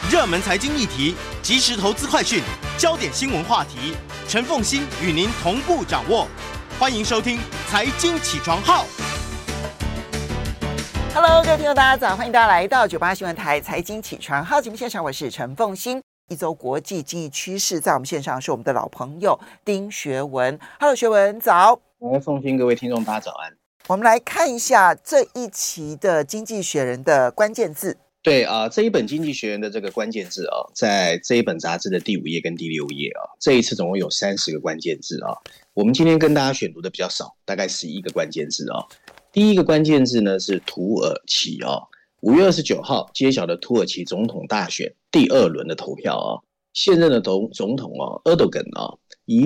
热门财经议题、即时投资快讯、焦点新闻话题，陈凤馨与您同步掌握。欢迎收听《财经起床号》。 Hello， 各位听众大家早，欢迎大家来到98新闻台财经起床号节目现场，我是陈凤馨。一周国际经济趋势，在我们线上是我们的老朋友丁学文。Hello， 学文早。 凤馨，各位听众大家早安。 我们来看一下这一期的《经济学人》的关键字。 对啊，这一本《经济学人》的这个关键字啊，在这一本杂志的第5页跟第6页啊，这一次总共有30个关键字啊。我们今天跟大家选读的比较少，大概11个关键字啊。第一个关键字呢是土耳其啊。5月29号揭晓的土耳其总统大选第2轮的投票啊，现任的总统Erdogan 以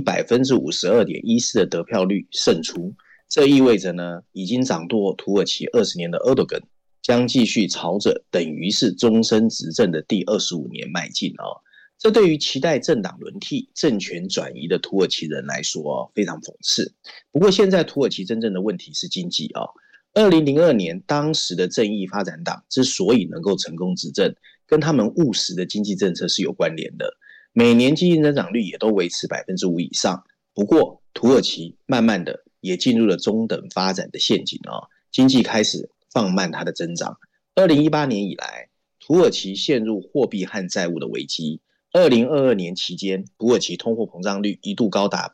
52.14% 的得票率胜出。这意味着呢，已经掌舵土耳其20年的 Erdogan 将继续朝着等于是终身执政的第25年迈进啊。这对于期待政党轮替、政权转移的土耳其人来说非常讽刺。不过现在土耳其真正的问题是经济啊。2002年当时的正义发展党之所以能够成功执政，跟他们务实的经济政策是有关联的，每年经济增长率也都维持 5% 以上。不过土耳其慢慢的也进入了中等发展的陷阱啊，经济开始放慢它的增长。2018年以来，土耳其陷入货币和债务的危机。2022年期间，土耳其通货膨胀率一度高达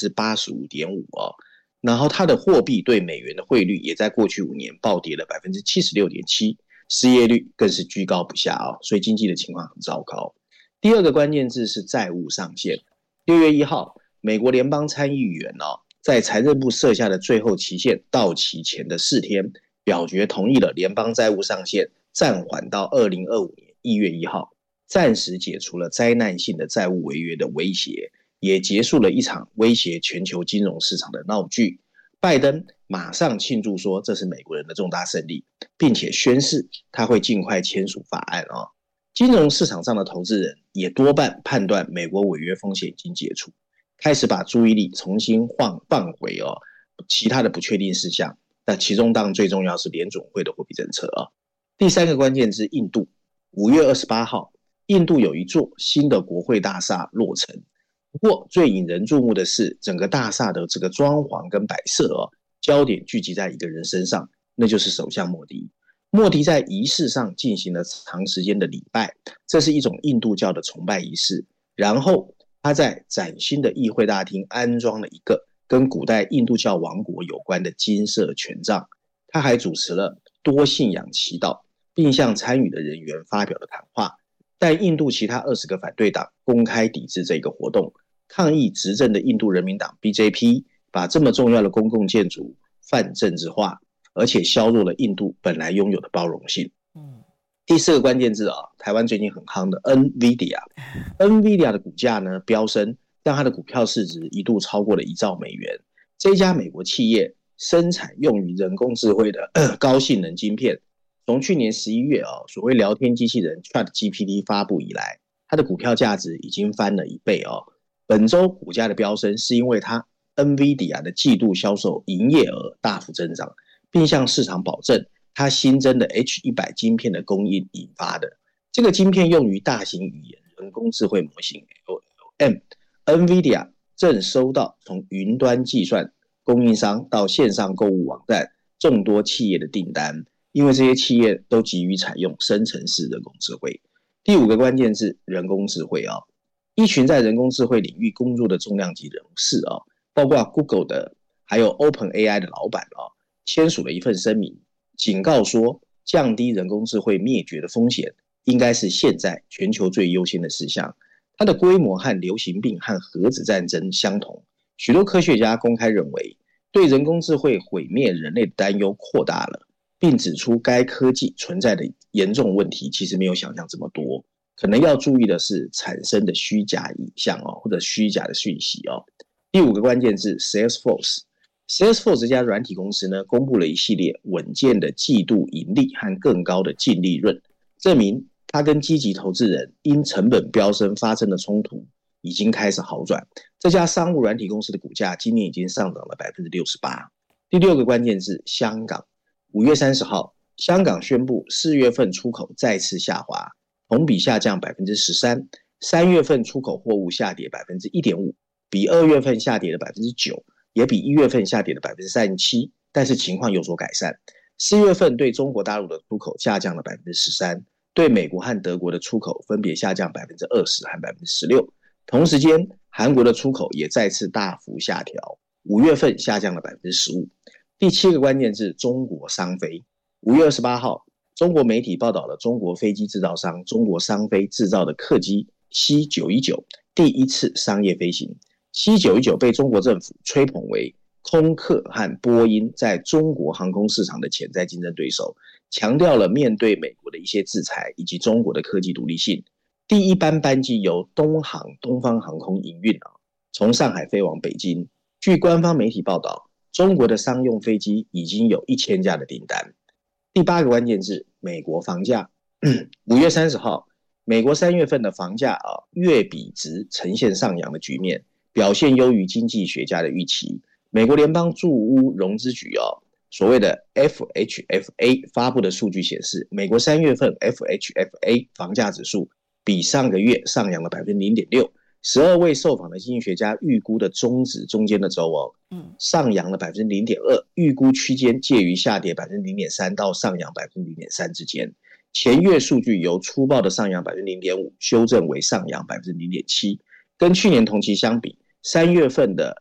85.5% 啊。然后它的货币对美元的汇率也在过去5年暴跌了 76.7%， 失业率更是居高不下啊，所以经济的情况很糟糕。第二个关键字是债务上限。6月1号，美国联邦参议员在财政部设下的最后期限到期前的4天，表决同意了联邦债务上限暂缓到2025年1月1号，暂时解除了灾难性的债务违约的威胁，也结束了一场威胁全球金融市场的闹剧。拜登马上庆祝说这是美国人的重大胜利，并且宣示他会尽快签署法案啊。金融市场上的投资人也多半判断美国违约风险已经解除，开始把注意力重新放回其他的不确定事项。那其中当然最重要是联准会的货币政策啊。第三个关键是印度。5月28号，印度有一座新的国会大厦落成。不过最引人注目的是整个大厦的这个装潢跟摆设焦点聚集在一个人身上，那就是首相莫迪。莫迪在仪式上进行了长时间的礼拜，这是一种印度教的崇拜仪式。然后他在崭新的议会大厅安装了一个跟古代印度教王国有关的金色权杖。他还主持了多信仰祈祷，并向参与的人员发表了谈话。但印度其他20个反对党公开抵制这个活动，抗议执政的印度人民党 BJP 把这么重要的公共建筑泛政治化，而且削弱了印度本来拥有的包容性。第4个关键字台湾最近很夯的 NVIDIA 的股价呢飙升，让它的股票市值一度超过了1兆美元。这家美国企业生产用于人工智慧的高性能晶片，从去年11月所谓聊天机器人 ChatGPT 发布以来，它的股票价值已经翻了1倍本周股价的飙升是因为它 NVIDIA 的季度销售营业额大幅增长，并向市场保证它新增的 H100 晶片的供应引发的。这个晶片用于大型语言人工智慧模型 LLM。NVIDIA 正收到从云端计算供应商到线上购物网站众多企业的订单，因为这些企业都急于采用生成式人工智慧。第5个关键字人工智慧一群在人工智慧领域工作的重量级人士包括 Google 的还有 OpenAI 的老板签署了一份声明，警告说降低人工智慧灭绝的风险应该是现在全球最优先的事项。它的规模和流行病和核子战争相同，许多科学家公开认为对人工智慧毁灭人类的担忧扩大了，并指出该科技存在的严重问题其实没有想象这么多。可能要注意的是产生的虚假影像或者虚假的讯息第5个关键字 Salesforce 这家软体公司呢，公布了一系列稳健的季度盈利和更高的净利润，证明它跟积极投资人因成本飙升发生的冲突已经开始好转。这家商务软体公司的股价今年已经上涨了 68%。 第6个关键字香港。5月30号，香港宣布4月份出口再次下滑， 同比下降 13%。3月份出口货物下跌 1.5%， 比2月份下跌的 9%， 也比1月份下跌的 37%， 但是情况有所改善。4月份对中国大陆的出口下降了 13%， 对美国和德国的出口分别下降 20% 和 16%。 同时间韩国的出口也再次大幅下调，5月份下降了 15%。 第7个关键字，中国商飞。5月28号，中国媒体报道了中国飞机制造商中国商飞制造的客机 C919 第一次商业飞行。 C919 被中国政府吹捧为空客和波音在中国航空市场的潜在竞争对手，强调了面对美国的一些制裁以及中国的科技独立性。第一班班机由东方航空营运，从上海飞往北京。据官方媒体报道，中国的商用飞机已经有1000架的订单。第8个关键字，美国房价。5月30号，美国3月份的房价月比值呈现上扬的局面，表现优于经济学家的预期。美国联邦住屋融资局所谓的 FHFA 发布的数据显示，美国3月份 FHFA 房价指数比上个月上扬了 0.6%。 12位受访的经济学家预估的中值中间的周上扬了 0.2%， 预估区间介于下跌 0.3% 到上扬 0.3% 之间。前月数据由粗暴的上扬 0.5% 修正为上扬 0.7%。 跟去年同期相比，3月份的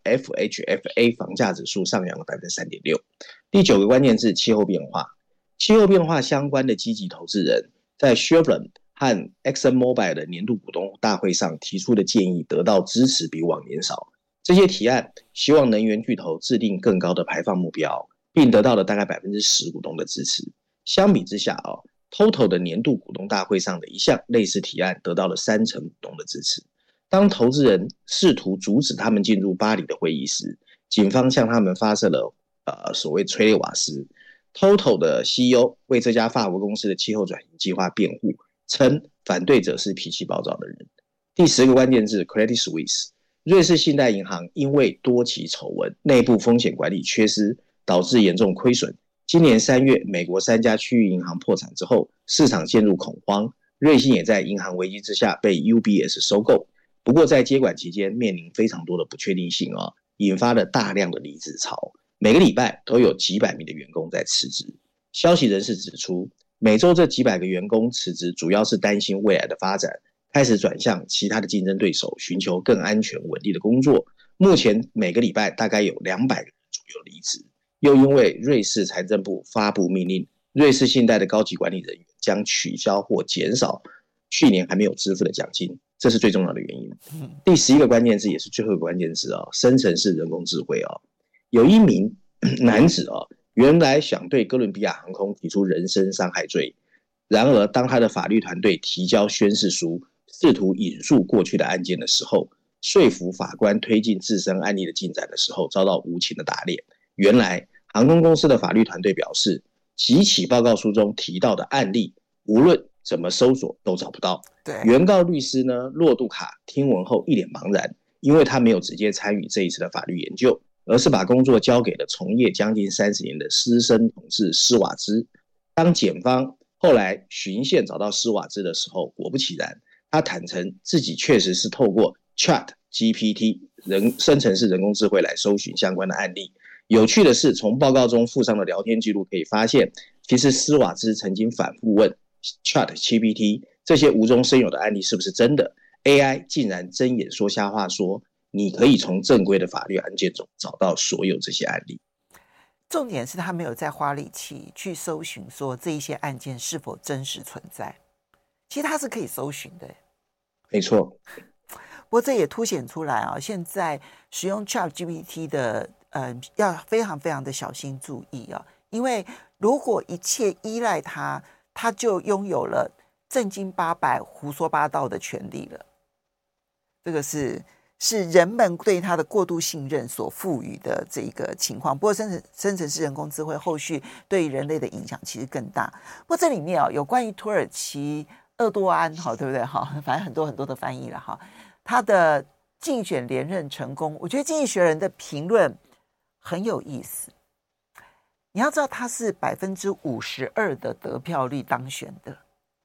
FHFA 房价指数上扬了 3.6%。 第9个关键字，气候变化。气候变化相关的积极投资人在 Chevron 和 ExxonMobil 的年度股东大会上提出的建议得到支持比往年少。这些提案希望能源巨头制定更高的排放目标，并得到了大概 10% 股东的支持。相比之下Total 的年度股东大会上的一项类似提案得到了30%股东的支持。当投资人试图阻止他们进入巴黎的会议时，警方向他们发射了所谓催泪瓦斯。Total 的 CEO 为这家法国公司的气候转型计划辩护，称反对者是脾气暴躁的人。第10个关键字， Credit Suisse。 瑞士信贷银行因为多起丑闻，内部风险管理缺失，导致严重亏损。今年3月，美国3家区域银行破产之后，市场陷入恐慌，瑞信也在银行危机之下被 UBS 收购。不过在接管期间面临非常多的不确定性引发了大量的离职潮，每个礼拜都有几百名的员工在辞职。消息人士指出，每周这几百个员工辞职主要是担心未来的发展，开始转向其他的竞争对手，寻求更安全稳定的工作。目前每个礼拜大概有200个人左右离职。又因为瑞士财政部发布命令，瑞士信贷的高级管理人员将取消或减少去年还没有支付的奖金，这是最重要的原因。第11个关键字也是最后一个关键字生成式人工智慧有一名男子原来想对哥伦比亚航空提出人身伤害罪，然而当他的法律团队提交宣誓书，试图引述过去的案件的时候，说服法官推进自身案例的进展的时候，遭到无情的打脸。原来航空公司的法律团队表示，几起报告书中提到的案例无论怎么搜索都找不到。原告律师呢，洛杜卡听闻后一脸茫然，因为他没有直接参与这一次的法律研究，而是把工作交给了从业将近30年的资深同事施瓦兹。当检方后来循线找到施瓦兹的时候，果不其然，他坦诚自己确实是透过 ChatGPT 生成式人工智慧来搜寻相关的案例。有趣的是，从报告中附上的聊天记录可以发现，其实施瓦兹曾经反复问 ChatGPT 这些无中生有的案例是不是真的， AI 竟然睁眼说瞎话，说你可以从正规的法律案件中找到所有这些案例。 重点是他没有再花力气去搜寻说这一些案件是否真实存在，其实他是可以搜寻的。 没错。 不过这也凸显出来现在使用 ChatGPT 的要非常非常的小心注意因为如果一切依赖它，它就拥有了正经八百胡说八道的权利了。这个是人们对它的过度信任所赋予的这个情况。不过生成式人工智慧后续对人类的影响其实更大。不过这里面有关于土耳其厄多安对不对反正很多很多的翻译了他的竞选连任成功，我觉得经济学人的评论很有意思。你要知道他是52%的得票率当选的，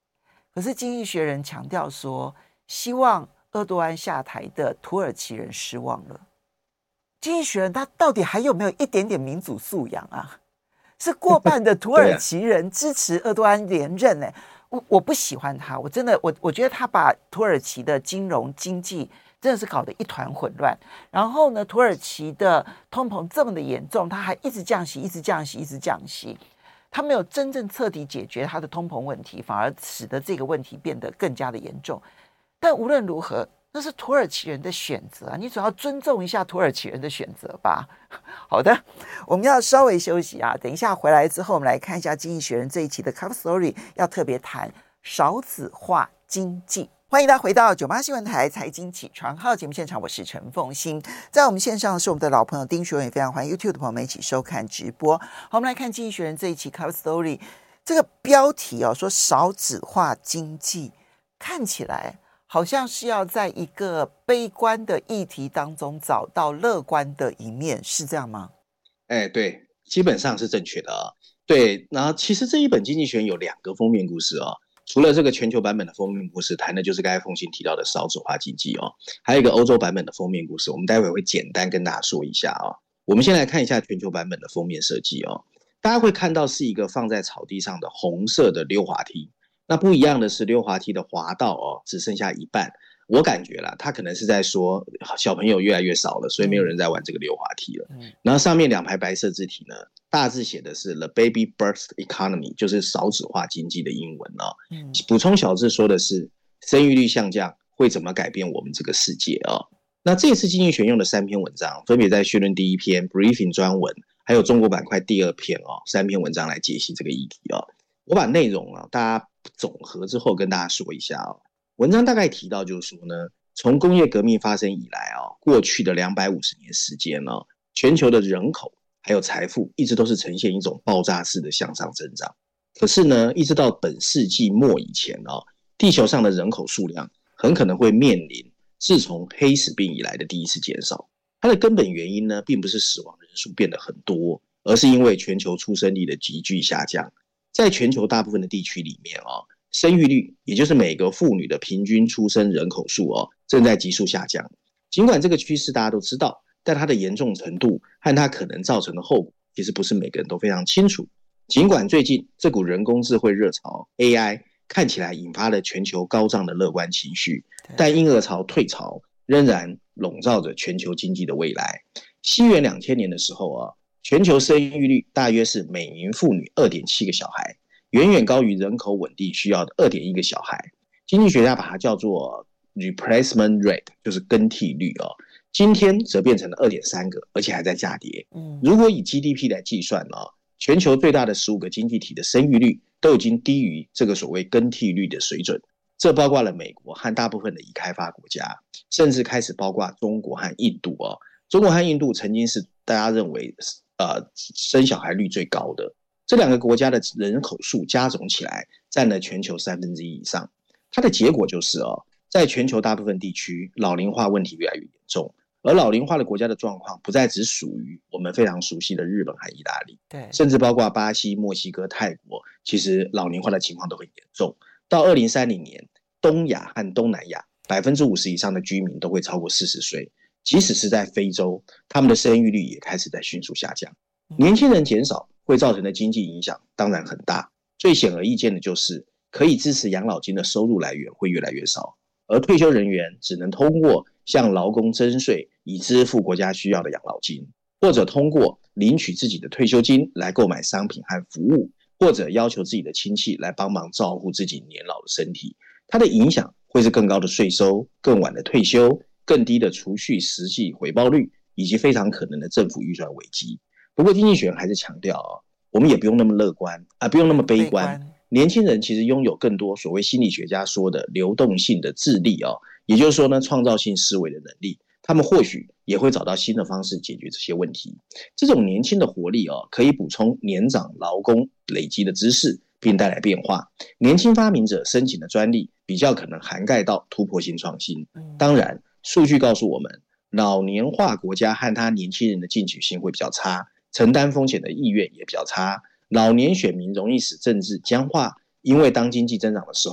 可是经济学人强调说，希望厄多安下台的土耳其人失望了。经济学人他到底还有没有一点点民主素养啊？是过半的土耳其人支持厄多安连任欸。我不喜欢他，我真的我觉得他把土耳其的金融经济真的是搞得一团混乱。然后呢，土耳其的通膨这么的严重，他还一直降息，一直降息，一直降息，他没有真正彻底解决他的通膨问题，反而使得这个问题变得更加的严重。但无论如何，那是土耳其人的选择啊，你总要尊重一下土耳其人的选择吧。好的，我们要稍微休息啊，等一下回来之后，我们来看一下《经济学人》这一期的 Cover Story， 要特别谈少子化经济。欢迎大家回到98新闻台财经起床号节目现场，我是陈凤馨。在我们线上是我们的老朋友丁学文，也非常欢迎 YouTube 的朋友们一起收看直播。好，我们来看《经济学人》这一期 Cover Story， 这个标题说少子化经济，看起来好像是要在一个悲观的议题当中找到乐观的一面，是这样吗？ 对，基本上是正确的啊。对，然后其实这一本经济学人有2个封面故事啊，除了这个全球版本的封面故事，谈的就是刚才凤馨提到的少子化经济哦，还有一个欧洲版本的封面故事，我们待会会简单跟大家说一下啊。我们先来看一下全球版本的封面设计哦，大家会看到是一个放在草地上的红色的溜滑梯。那不一样的是，溜滑梯的滑道只剩下一半。我感觉啦，他可能是在说小朋友越来越少了，所以没有人在玩这个溜滑梯了。然后上面2排白色字体呢，大字写的是 The Baby Birth Economy， 就是少子化经济的英文哦。补充小字说的是生育率下降会怎么改变我们这个世界哦。那这次经济学用的3篇文章，分别在序论第1篇 Briefing 专文，还有中国板块第2篇3篇文章来解析这个议题哦。我把内容大家总和之后跟大家说一下哦。文章大概提到就是说呢，从工业革命发生以来过去的250年时间全球的人口还有财富一直都是呈现一种爆炸式的向上增长。可是呢，一直到本世纪末以前地球上的人口数量很可能会面临自从黑死病以来的第一次减少。它的根本原因呢，并不是死亡人数变得很多，而是因为全球出生率的急剧下降。在全球大部分的地区里面生育率，也就是每个妇女的平均出生人口数正在急速下降。尽管这个趋势大家都知道，但它的严重程度和它可能造成的后果，其实不是每个人都非常清楚。尽管最近这股人工智慧热潮 AI 看起来引发了全球高涨的乐观情绪，但婴儿潮退潮仍然笼罩着全球经济的未来。西元2000年的时候全球生育率大约是每名妇女 2.7 个小孩，远远高于人口稳定需要的 2.1 个小孩。经济学家把它叫做 replacement rate， 就是更替率今天则变成了 2.3 个，而且还在下跌。如果以 GDP 来计算全球最大的15个经济体的生育率都已经低于这个所谓更替率的水准，这包括了美国和大部分的已开发国家，甚至开始包括中国和印度中国和印度曾经是大家认为生小孩率最高的，这2个国家的人口数加总起来占了全球1/3以上。它的结果就是在全球大部分地区老龄化问题越来越严重，而老龄化的国家的状况不再只属于我们非常熟悉的日本和意大利，甚至包括巴西、墨西哥、泰国，其实老龄化的情况都很严重。到2030年，东亚和东南亚 50% 以上的居民都会超过40岁，即使是在非洲，他们的生育率也开始在迅速下降。年轻人减少会造成的经济影响当然很大，最显而易见的就是可以支持养老金的收入来源会越来越少，而退休人员只能通过向劳工征税以支付国家需要的养老金，或者通过领取自己的退休金来购买商品和服务，或者要求自己的亲戚来帮忙照顾自己年老的身体。它的影响会是更高的税收、更晚的退休、更低的储蓄实际回报率，以及非常可能的政府预算危机。不过经济学人还是强调我们也不用那么乐观不用那么悲观。年轻人其实拥有更多所谓心理学家说的流动性的智力也就是说呢，创造性思维的能力，他们或许也会找到新的方式解决这些问题。这种年轻的活力可以补充年长劳工累积的知识，并带来变化。年轻发明者申请的专利比较可能涵盖到突破性创新。当然，数据告诉我们，老年化国家和他年轻人的进取心会比较差，承担风险的意愿也比较差。老年选民容易使政治僵化，因为当经济增长的时候，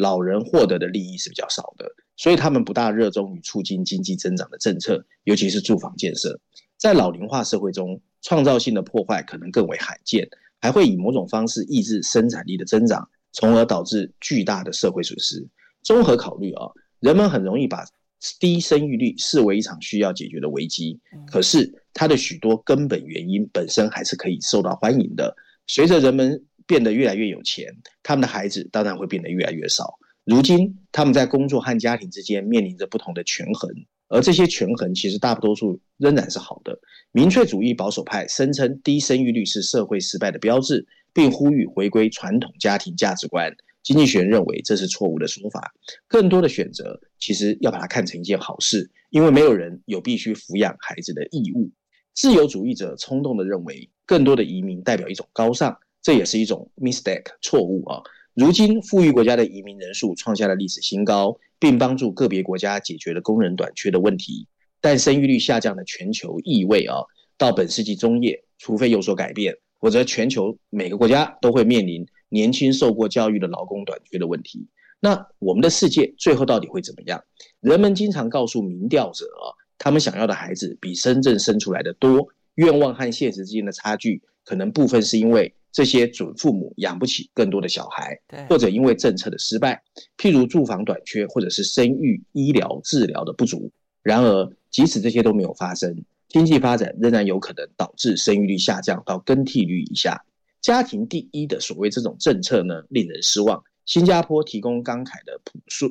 老人获得的利益是比较少的，所以他们不大热衷于促进经济增长的政策，尤其是住房建设。在老龄化社会中，创造性的破坏可能更为罕见，还会以某种方式抑制生产力的增长，从而导致巨大的社会损失。综合考虑人们很容易把低生育率视为一场需要解决的危机，可是它的许多根本原因本身还是可以受到欢迎的。随着人们变得越来越有钱，他们的孩子当然会变得越来越少。如今他们在工作和家庭之间面临着不同的权衡，而这些权衡其实大多数仍然是好的。民粹主义保守派声称低生育率是社会失败的标志，并呼吁回归传统家庭价值观。经济学人认为这是错误的说法，更多的选择其实要把它看成一件好事，因为没有人有必须抚养孩子的义务。自由主义者冲动地认为更多的移民代表一种高尚，这也是一种 mistake 错误如今富裕国家的移民人数创下了历史新高，并帮助个别国家解决了工人短缺的问题，但生育率下降的全球意味到本世纪中叶，除非有所改变，否则全球每个国家都会面临年轻受过教育的劳工短缺的问题。那我们的世界最后到底会怎么样？人们经常告诉民调者他们想要的孩子比真正生出来的多，愿望和现实之间的差距可能部分是因为这些准父母养不起更多的小孩，或者因为政策的失败，譬如住房短缺，或者是生育、医疗、治疗的不足。然而即使这些都没有发生，经济发展仍然有可能导致生育率下降到更替率以下。家庭第一的所谓这种政策呢，令人失望。新加坡提供慷慨的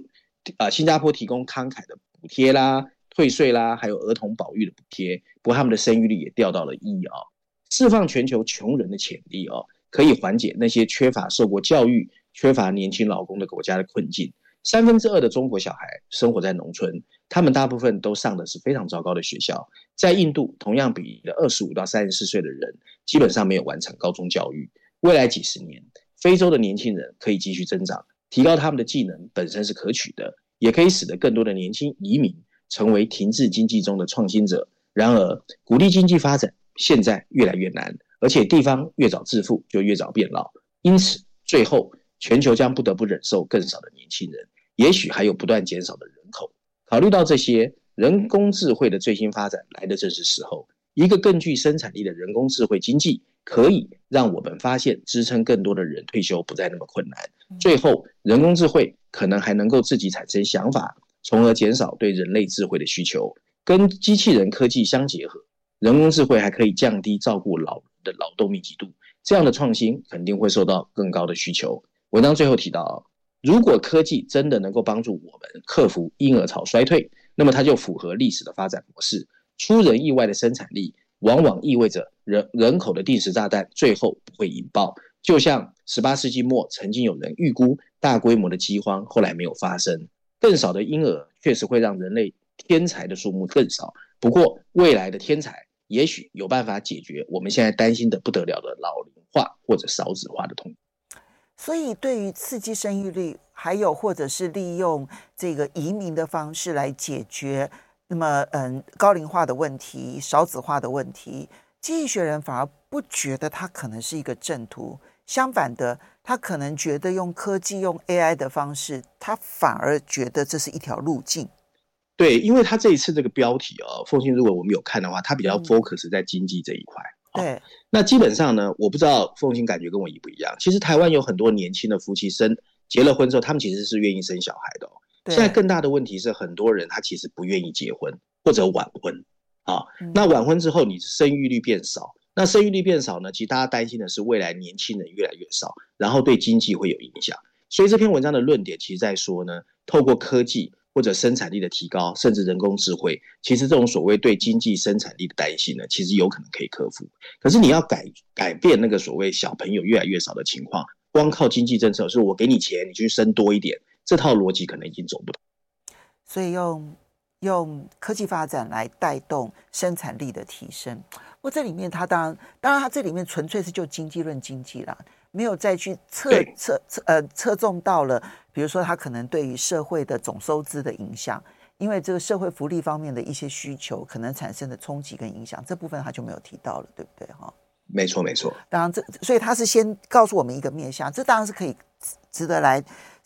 补贴啦、退税啦，还有儿童保育的补贴，不过他们的生育率也掉到了1释放全球穷人的潜力可以缓解那些缺乏受过教育、缺乏年轻劳工的国家的困境。2/3的中国小孩生活在农村，他们大部分都上的是非常糟糕的学校。在印度，同样比例的25到34岁的人基本上没有完成高中教育。未来几十年，非洲的年轻人可以继续增长，提高他们的技能本身是可取的，也可以使得更多的年轻移民成为停滞经济中的创新者。然而，鼓励经济发展现在越来越难，而且地方越早致富就越早变老，因此最后全球将不得不忍受更少的年轻人，也许还有不断减少的人口。考虑到这些，人工智慧的最新发展来的正是时候。一个更具生产力的人工智慧经济可以让我们发现支撑更多的人退休不再那么困难。最后，人工智慧可能还能够自己产生想法，从而减少对人类智慧的需求。跟机器人科技相结合，人工智慧还可以降低照顾老人的劳动密集度，这样的创新肯定会受到更高的需求。文章最后提到，如果科技真的能够帮助我们克服婴儿潮衰退，那么它就符合历史的发展模式。出人意外的生产力往往意味着人口的定时炸弹最后不会引爆，就像18世纪末曾经有人预估大规模的饥荒，后来没有发生。更少的婴儿确实会让人类天才的数目更少，不过未来的天才也许有办法解决我们现在担心的不得了的老龄化或者少子化的痛苦。 所以对于刺激生育率，还有或者是利用这个移民的方式来解决那么高龄化的问题、少子化的问题，经济学人反而不觉得它可能是一个正途，相反的，他可能觉得用科技、用 AI 的方式，他反而觉得这是一条路径。 对，因为他这一次这个标题凤馨如果我们有看的话，他比较 focus 在经济这一块。 对， 那基本上呢，我不知道凤馨感觉跟我一不一样。其实台湾有很多年轻的夫妻结了婚之后，他们其实是愿意生小孩的现在更大的问题是，很多人他其实不愿意结婚或者晚婚那晚婚之后，你生育率变少，那生育率变少呢，其实大家担心的是未来年轻人越来越少，然后对经济会有影响。所以这篇文章的论点其实在说呢，透过科技或者生产力的提高，甚至人工智慧，其实这种所谓对经济生产力的担心呢，其实有可能可以克服。可是你要改变那个所谓小朋友越来越少的情况，光靠经济政策，是我给你钱，你去生多一点，这套逻辑可能已经走不通。 所以用科技发展来带动生产力的提升。不过这里面它当然它这里面纯粹是就经济论经济啦，没有再去侧重到了，比如说它可能对于社会的总收支的影响，因为这个社会福利方面的一些需求可能产生的冲击跟影响，这部分它就没有提到了，对不对没错没错。 当然所以他是先告诉我们一个面向，这当然是可以值得来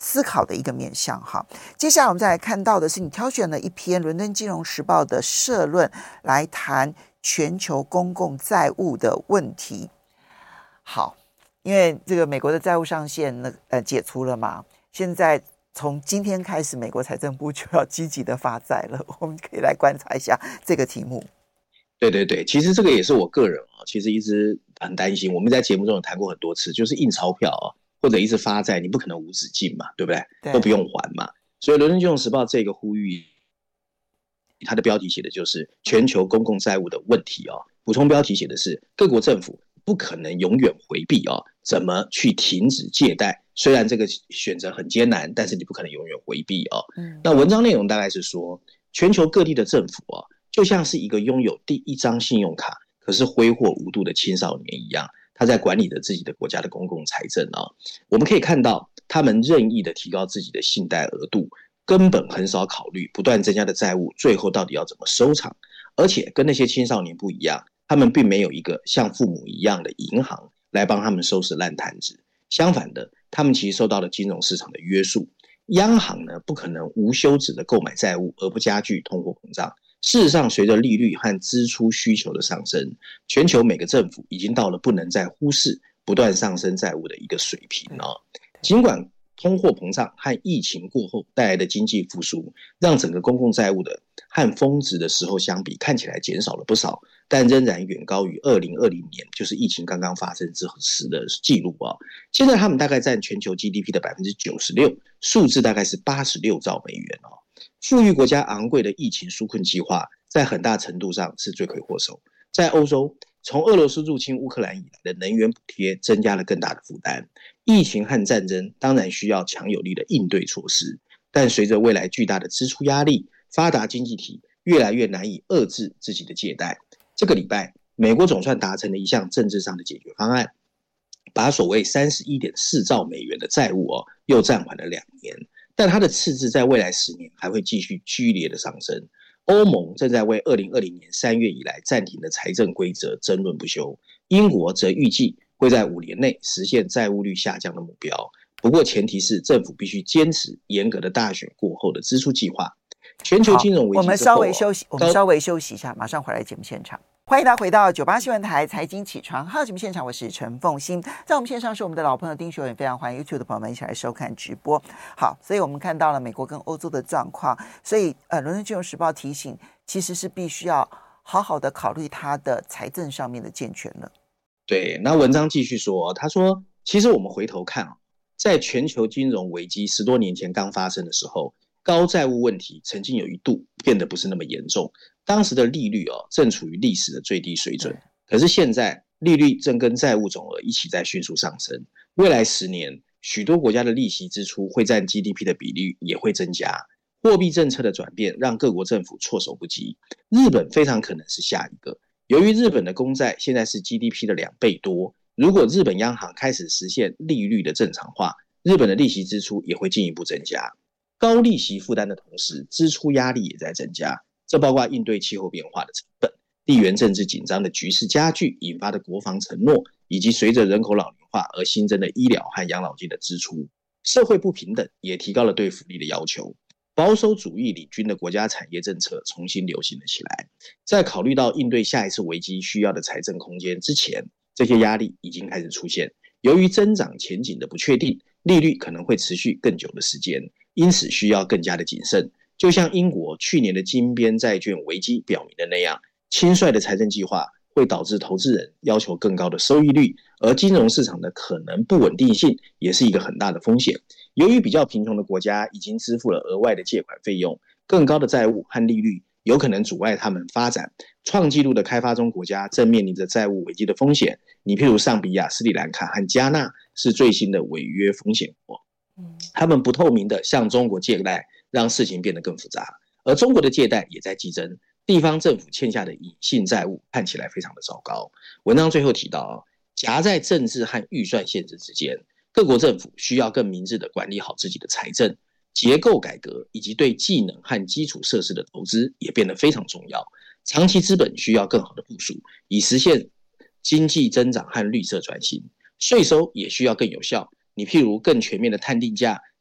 思考的一个面向哈。接下来我们再来看到的是，你挑选了一篇《伦敦金融时报》的社论来谈全球公共债务的问题。好，因为这个美国的债务上限解除了嘛，现在从今天开始，美国财政部就要积极的发债了。我们可以来观察一下这个题目。 对对对，其实这个也是我个人其实一直很担心。我们在节目中有谈过很多次，就是印钞票或者一直发债，你不可能无止境嘛，对不对？ 对， 都不用还嘛。所以《伦敦金融时报》这个呼吁，它的标题写的就是全球公共债务的问题补充标题写的是各国政府不可能永远回避怎么去停止借贷。虽然这个选择很艰难，但是你不可能永远回避那文章内容大概是说，全球各地的政府就像是一个拥有第一张信用卡可是挥霍无度的青少年一样，他在管理着自己的国家的公共财政我们可以看到，他们任意的提高自己的信贷额度，根本很少考虑不断增加的债务最后到底要怎么收场。而且跟那些青少年不一样，他们并没有一个像父母一样的银行来帮他们收拾烂摊子。相反的，他们其实受到了金融市场的约束。央行呢，不可能无休止的购买债务而不加剧通货膨胀。事实上，随着利率和支出需求的上升，全球每个政府已经到了不能再忽视不断上升债务的一个水平尽管通货膨胀和疫情过后带来的经济复苏，让整个公共债务的和峰值的时候相比看起来减少了不少，但仍然远高于2020年，就是疫情刚刚发生之时的记录现在他们大概占全球 GDP 的 96%， 数字大概是86兆美元富裕国家昂贵的疫情纾困计划在很大程度上是罪魁祸首。在欧洲，从俄罗斯入侵乌克兰以来的能源补贴增加了更大的负担。疫情和战争当然需要强有力的应对措施，但随着未来巨大的支出压力，发达经济体越来越难以遏制自己的借贷。这个礼拜，美国总算达成了一项政治上的解决方案，把所谓 31.4 兆美元的债务又暂缓了2年，但它的赤字在未来10年还会继续剧烈的上升。欧盟正在为2020年3月以来暂停的财政规则争论不休，英国则预计会在5年内实现债务率下降的目标，不过前提是政府必须坚持严格的大选过后的支出计划。全球金融危机之后， 我们稍微休息一下，马上回来节目现场。欢迎大家回到98新闻台财经起床号节目现场，我是陈凤馨。在我们线上是我们的老朋友丁学文，非常欢迎 YouTube 的朋友们一起来收看直播。好，所以我们看到了美国跟欧洲的状况，所以伦敦金融时报提醒，其实是必须要好好的考虑它的财政上面的健全了。 对，那文章继续说，他说，其实我们回头看在全球金融危机10多年前刚发生的时候，高债务问题曾经有一度变得不是那么严重，当时的利率正处于历史的最低水准。可是现在利率正跟债务总额一起在迅速上升，未来10年许多国家的利息支出会占 GDP 的比率也会增加。货币政策的转变让各国政府措手不及，日本非常可能是下一个。由于日本的公债现在是 GDP 的2倍多，如果日本央行开始实现利率的正常化，日本的利息支出也会进一步增加。高利息负担的同时，支出压力也在增加，这包括应对气候变化的成本、地缘政治紧张的局势加剧引发的国防承诺，以及随着人口老龄化而新增的医疗和养老金的支出。社会不平等也提高了对福利的要求。保守主义领军的国家产业政策重新流行了起来。在考虑到应对下一次危机需要的财政空间之前，这些压力已经开始出现。由于增长前景的不确定，利率可能会持续更久的时间，因此需要更加的谨慎。就像英国去年的金边债券危机表明的那样，轻率的财政计划会导致投资人要求更高的收益率，而金融市场的可能不稳定性也是一个很大的风险。由于比较贫穷的国家已经支付了额外的借款费用，更高的债务和利率有可能阻碍他们发展。创纪录的开发中国家正面临着债务危机的风险，你譬如上比亚、斯里兰卡和加纳是最新的违约风险国。他们不透明的向中国借贷，让事情变得更复杂，而中国的借贷也在激增，地方政府欠下的隐性债务看起来非常的糟糕。文章最后提到，夹在政治和预算限制之间，各国政府需要更明智地管理好自己的财政，结构改革以及对技能和基础设施的投资也变得非常重要。长期资本需要更好的部署，以实现经济增长和绿色转型。税收也需要更有效，你譬如更全面的碳定价、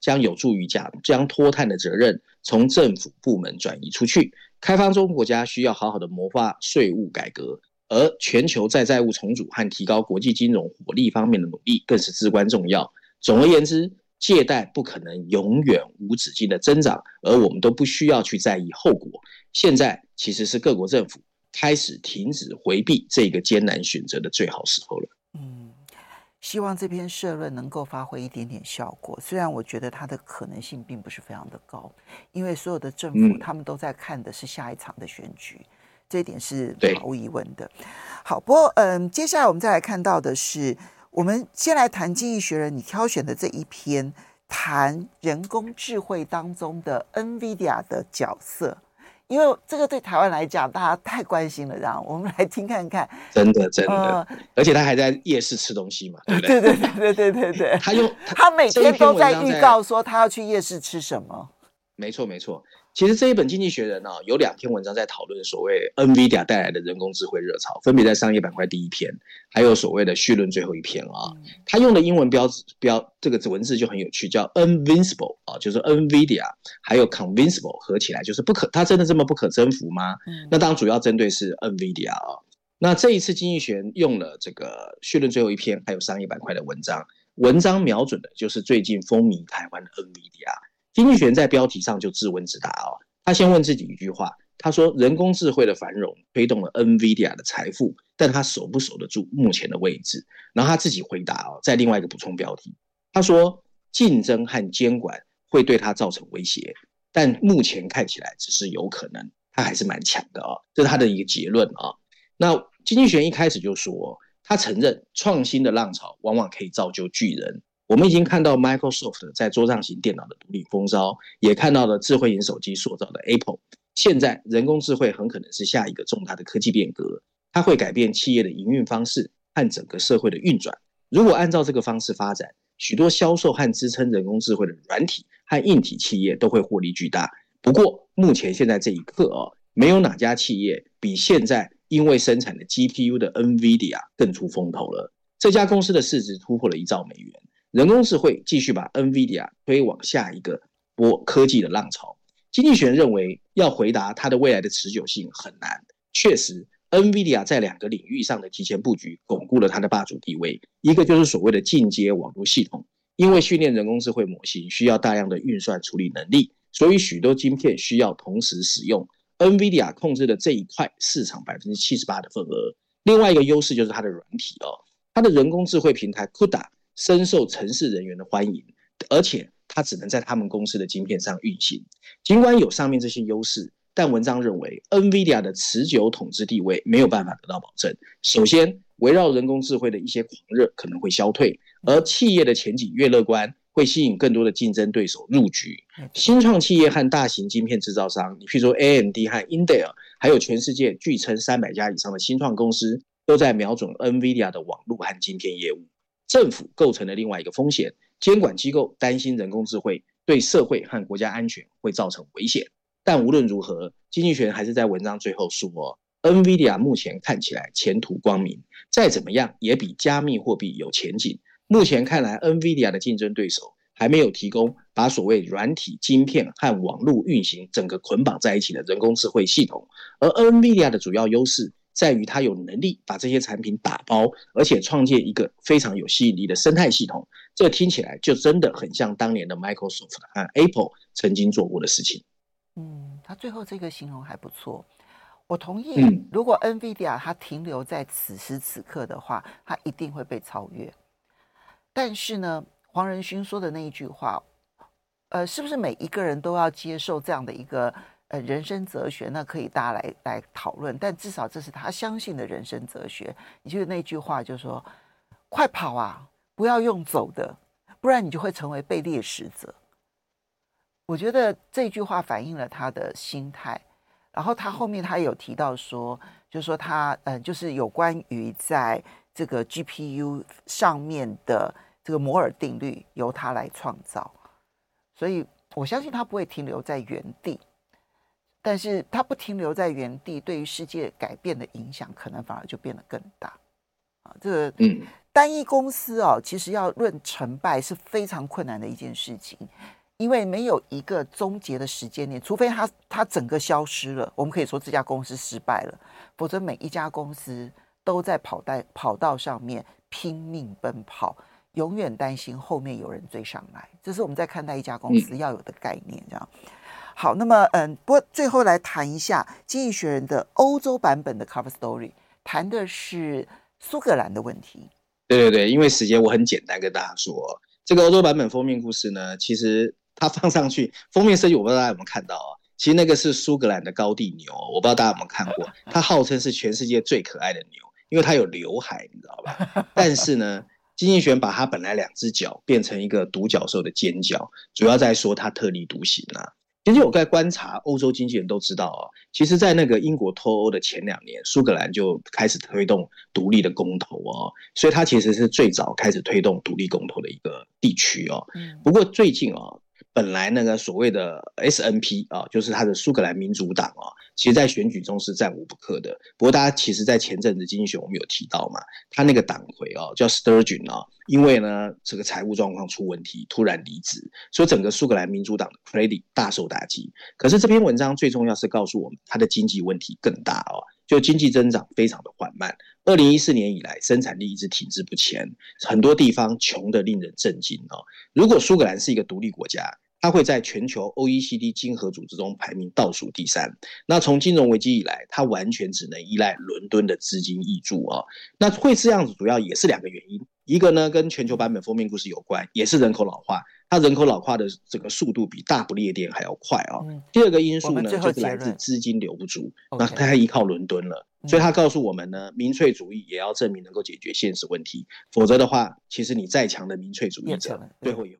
将有助于将脱碳的责任从政府部门转移出去。开发中国家需要好好的谋划税务改革，而全球在债务重组和提高国际金融活力方面的努力更是至关重要。总而言之，借贷不可能永远无止境的增长，而我们都不需要去在意后果。现在其实是各国政府开始停止回避这个艰难选择的最好时候了。 希望这篇社论能够发挥一点点效果，虽然我觉得它的可能性并不是非常的高，因为所有的政府他们都在看的是下一场的选举，这一点是毫无疑问的。好，不过接下来我们再来看到的是，我们先来谈《经济学人》你挑选的这一篇，谈人工智慧当中的 NVIDIA 的角色。因为这个对台湾来讲，大家太关心了，让我们来听看看。真的， 而且他还在夜市吃东西嘛，对不对？ 对。 他每天都在预告说他要去夜市吃什么。 没错。其实这一本《经济学人》有2篇文章在讨论所谓 NVIDIA 带来的人工智慧热潮，分别在商业板块第1篇，还有所谓的序论最后1篇他用的英文这个文字就很有趣，叫 Invincible 就是 NVIDIA 还有 Convincible 合起来就是它真的这么不可征服吗？那当然主要针对是 NVIDIA 那这一次《经济学人》用了这个序论最后1篇，还有商业板块的文章瞄准的就是最近风靡台湾的 NVIDIA。经济学人在标题上就自问自答他先问自己一句话，他说人工智慧的繁荣推动了 NVIDIA 的财富，但他守不守得住目前的位置？然后他自己回答在另外一个补充标题，他说竞争和监管会对他造成威胁，但目前看起来只是有可能，他还是蛮强的这是他的一个结论那经济学人一开始就说，他承认创新的浪潮往往可以造就巨人。我们已经看到 Microsoft 在桌上型电脑的独领风骚，也看到了智慧型手机塑造的 Apple。现在人工智慧很可能是下一个重大的科技变革，它会改变企业的营运方式和整个社会的运转。如果按照这个方式发展，许多销售和支撑人工智慧的软体和硬体企业都会获利巨大。不过目前现在这一刻没有哪家企业比现在因为生产的 GPU 的 NVIDIA 更出风头了。这家公司的市值突破了1兆美元。人工智慧继续把 NVIDIA 推往下一个波科技的浪潮。经济学人认为，要回答它的未来的持久性很难。确实 ，NVIDIA 在2个领域上的提前布局，巩固了它的霸主地位。一个就是所谓的进阶网络系统，因为训练人工智慧模型需要大量的运算处理能力，所以许多晶片需要同时使用。NVIDIA 控制了这一块市场78%的份额。另外一个优势就是它的软体它的人工智慧平台 CUDA深受程式人员的欢迎，而且它只能在他们公司的晶片上运行。尽管有上面这些优势，但文章认为 NVIDIA 的持久统治地位没有办法得到保证。首先，围绕人工智慧的一些狂热可能会消退，而企业的前景越乐观，会吸引更多的竞争对手入局。新创企业和大型晶片制造商，你譬如说 AMD 和 Intel， 还有全世界据称300家以上的新创公司，都在瞄准 NVIDIA 的网络和晶片业务。政府构成了另外一个风险，监管机构担心人工智慧对社会和国家安全会造成危险。但无论如何，经济学人还是在文章最后说，NVIDIA 目前看起来前途光明，再怎么样也比加密货币有前景。目前看来 NVIDIA 的竞争对手还没有提供把所谓软体、晶片和网络运行整个捆绑在一起的人工智慧系统，而 NVIDIA 的主要优势在于它有能力把这些产品打包，而且创建一个非常有吸引力的生态系统。这听起来就真的很像当年的 Microsoft 和 Apple 曾经做过的事情。 他最后这个形容还不错，我同意。如果 NVIDIA 它停留在此时此刻的话，它一定会被超越。但是呢，黄仁勋说的那一句话，是不是每一个人都要接受这样的一个人生哲学？那可以大家来讨论，但至少这是他相信的人生哲学。也就是那句话，就是说，快跑啊，不要用走的，不然你就会成为被猎食者。我觉得这句话反映了他的心态。然后他后面他有提到说，就是说他就是有关于在这个 GPU 上面的这个摩尔定律由他来创造，所以我相信他不会停留在原地。但是他不停留在原地，对于世界改变的影响可能反而就变得更大。这个单一公司哦，其实要论成败是非常困难的一件事情，因为没有一个终结的时间点，除非它整个消失了，我们可以说这家公司失败了，否则每一家公司都在跑道上面拼命奔跑，永远担心后面有人追上来，这是我们在看待一家公司要有的概念。这样好，那么不过最后来谈一下《经济学人》的欧洲版本的 cover story， 谈的是苏格兰的问题。 对对对，因为时间我很简单跟大家说，这个欧洲版本封面故事呢，其实它放上去封面设计，我不知道大家有没有看到其实那个是苏格兰的高地牛，我不知道大家有没有看过，它号称是全世界最可爱的牛，因为它有刘海，你知道吧？但是呢，经济学人把它本来2只脚变成一个独角兽的尖角，主要在说它特立独行啊。其实我在观察欧洲经纪人都知道其实在那个英国脱欧的前2年，苏格兰就开始推动独立的公投所以它其实是最早开始推动独立公投的一个地区不过最近本来那个所谓的 SNP 就是他的苏格兰民主党其实在选举中是战无不克的。不过大家其实在前阵子经济学我们有提到嘛，他那个党魁叫 Sturgeon 因为呢这个财务状况出问题突然离职，所以整个苏格兰民主党的 credit 大受打击。可是这篇文章最重要是告诉我们他的经济问题更大就经济增长非常的缓慢，2014年以来生产力一直停滞不前，很多地方穷得令人震惊如果苏格兰是一个独立国家，它会在全球 OECD 经合组织中排名倒数第3。那从金融危机以来，它完全只能依赖伦敦的资金挹注那会这样子主要也是2个原因，一个呢跟全球版本封面故事有关，也是人口老化，它人口老化的这个速度比大不列颠还要快第二个因素呢就是来自资金留不住，那它依靠伦敦了。所以他告诉我们呢，民粹主义也要证明能够解决现实问题，否则的话，其实你再强的民粹主义者，最后也